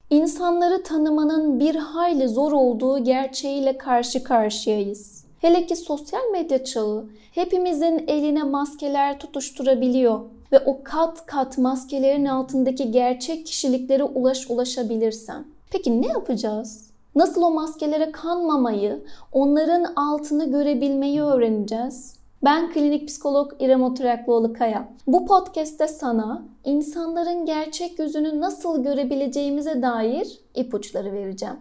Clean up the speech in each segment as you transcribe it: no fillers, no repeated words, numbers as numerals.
İnsanları tanımanın bir hayli zor olduğu gerçeğiyle karşı karşıyayız. Hele ki sosyal medya çağı hepimizin eline maskeler tutuşturabiliyor ve o kat kat maskelerin altındaki gerçek kişiliklere ulaşabilirsen. Peki ne yapacağız? Nasıl o maskelere kanmamayı, onların altını görebilmeyi öğreneceğiz? Ben klinik psikolog İrem Oturaklıoğlu-Kaya. Bu podcast'te sana insanların gerçek yüzünü nasıl görebileceğimize dair ipuçları vereceğim.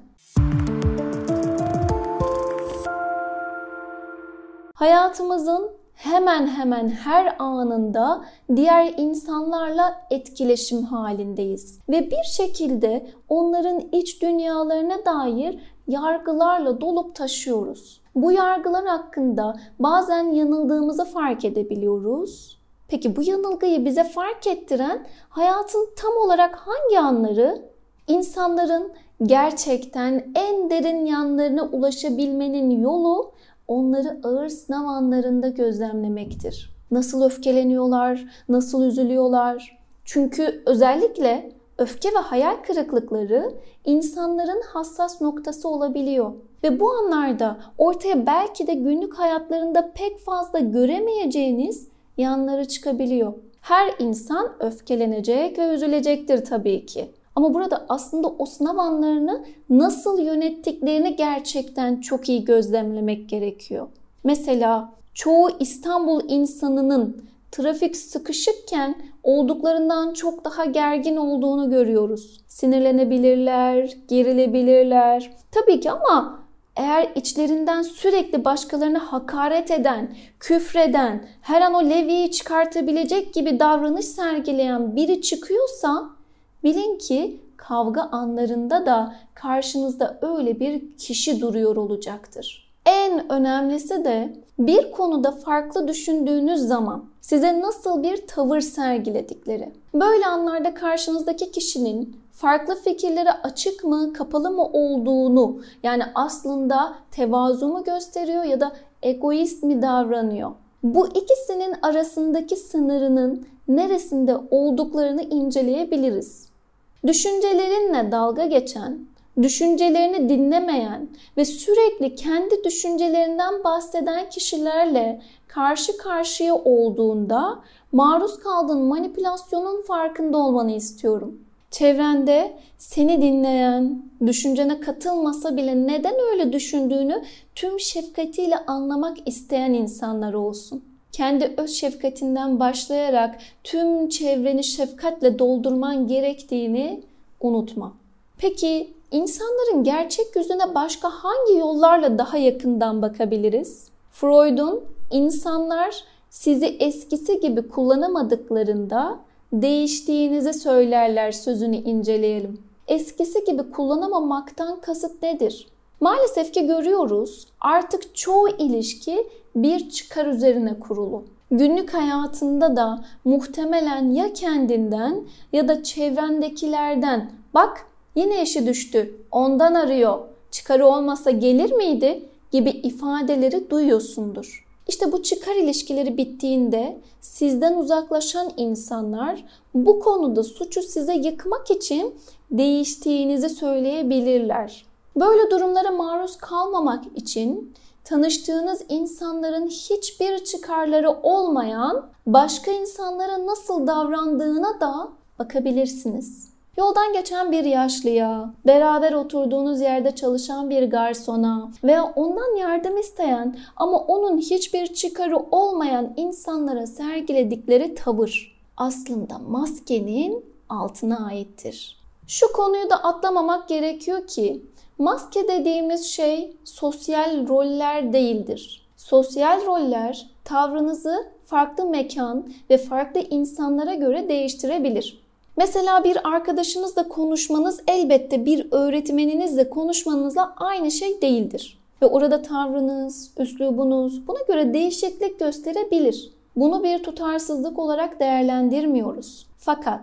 Hayatımızın hemen hemen her anında diğer insanlarla etkileşim halindeyiz. Ve bir şekilde onların iç dünyalarına dair yargılarla dolup taşıyoruz. Bu yargılar hakkında bazen yanıldığımızı fark edebiliyoruz. Peki bu yanılgıyı bize fark ettiren hayatın tam olarak hangi anları? İnsanların gerçekten en derin yanlarına ulaşabilmenin yolu onları ağır sınav anlarında gözlemlemektir. Nasıl öfkeleniyorlar, nasıl üzülüyorlar? Çünkü özellikle öfke ve hayal kırıklıkları insanların hassas noktası olabiliyor. Ve bu anlarda ortaya belki de günlük hayatlarında pek fazla göremeyeceğiniz yanları çıkabiliyor. Her insan öfkelenecek ve üzülecektir tabii ki. Ama burada aslında o sınav anlarını nasıl yönettiklerini gerçekten çok iyi gözlemlemek gerekiyor. Mesela çoğu İstanbul insanının trafik sıkışıkken olduklarından çok daha gergin olduğunu görüyoruz. Sinirlenebilirler, gerilebilirler. Tabii ki ama eğer içlerinden sürekli başkalarına hakaret eden, küfreden, her an o leviyi çıkartabilecek gibi davranış sergileyen biri çıkıyorsa bilin ki kavga anlarında da karşınızda öyle bir kişi duruyor olacaktır. En önemlisi de bir konuda farklı düşündüğünüz zaman size nasıl bir tavır sergiledikleri. Böyle anlarda karşınızdaki kişinin farklı fikirlere açık mı, kapalı mı olduğunu, yani aslında tevazu mu gösteriyor ya da egoist mi davranıyor? Bu ikisinin arasındaki sınırının neresinde olduklarını inceleyebiliriz. Düşüncelerinle dalga geçen, düşüncelerini dinlemeyen ve sürekli kendi düşüncelerinden bahseden kişilerle karşı karşıya olduğunda maruz kaldığın manipülasyonun farkında olmanı istiyorum. Çevrende seni dinleyen, düşüncene katılmasa bile neden öyle düşündüğünü tüm şefkatiyle anlamak isteyen insanlar olsun. Kendi öz şefkatinden başlayarak tüm çevreni şefkatle doldurman gerektiğini unutma. Peki insanların gerçek yüzüne başka hangi yollarla daha yakından bakabiliriz? Freud'un insanlar sizi eskisi gibi kullanamadıklarında değiştiğinizi söylerler sözünü inceleyelim. Eskisi gibi kullanamamaktan kasıt nedir? Maalesef ki görüyoruz artık çoğu ilişki bir çıkar üzerine kurulu. Günlük hayatında da muhtemelen ya kendinden ya da çevrendekilerden bak yine işi düştü, ondan arıyor, çıkarı olmasa gelir miydi gibi ifadeleri duyuyorsundur. İşte bu çıkar ilişkileri bittiğinde sizden uzaklaşan insanlar bu konuda suçu size yıkmak için değiştiğinizi söyleyebilirler. Böyle durumlara maruz kalmamak için tanıştığınız insanların hiçbir çıkarları olmayan başka insanlara nasıl davrandığına da bakabilirsiniz. Yoldan geçen bir yaşlıya, beraber oturduğunuz yerde çalışan bir garsona veya ondan yardım isteyen ama onun hiçbir çıkarı olmayan insanlara sergiledikleri tavır aslında maskenin altına aittir. Şu konuyu da atlamamak gerekiyor ki maske dediğimiz şey sosyal roller değildir. Sosyal roller tavrınızı farklı mekan ve farklı insanlara göre değiştirebilir. Mesela bir arkadaşınızla konuşmanız elbette bir öğretmeninizle konuşmanızla aynı şey değildir. Ve orada tavrınız, üslubunuz buna göre değişiklik gösterebilir. Bunu bir tutarsızlık olarak değerlendirmiyoruz. Fakat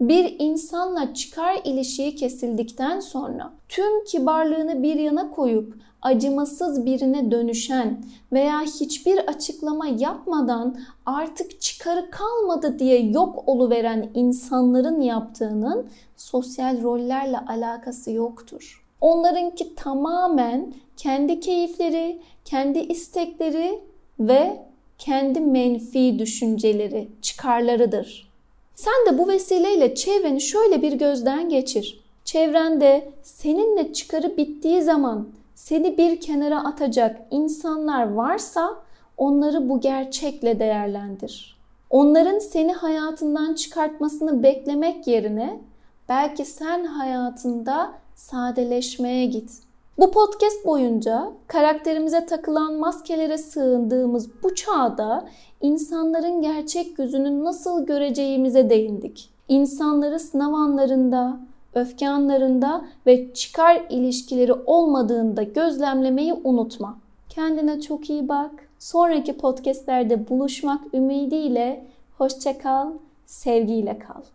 Bir insanla çıkar ilişiği kesildikten sonra tüm kibarlığını bir yana koyup acımasız birine dönüşen veya hiçbir açıklama yapmadan artık çıkarı kalmadı diye yok oluveren insanların yaptığının sosyal rollerle alakası yoktur. Onlarınki tamamen kendi keyifleri, kendi istekleri ve kendi menfi düşünceleri, çıkarlarıdır. Sen de bu vesileyle çevreni şöyle bir gözden geçir. Çevrende seninle çıkarı bittiği zaman seni bir kenara atacak insanlar varsa onları bu gerçekle değerlendir. Onların seni hayatından çıkartmasını beklemek yerine belki sen hayatında sadeleşmeye git. Bu podcast boyunca karakterimize takılan maskelere sığındığımız bu çağda insanların gerçek yüzünü nasıl göreceğimize değindik. İnsanları sınav anlarında, öfke anlarında ve çıkar ilişkileri olmadığında gözlemlemeyi unutma. Kendine çok iyi bak. Sonraki podcastlerde buluşmak ümidiyle hoşça kal, sevgiyle kal.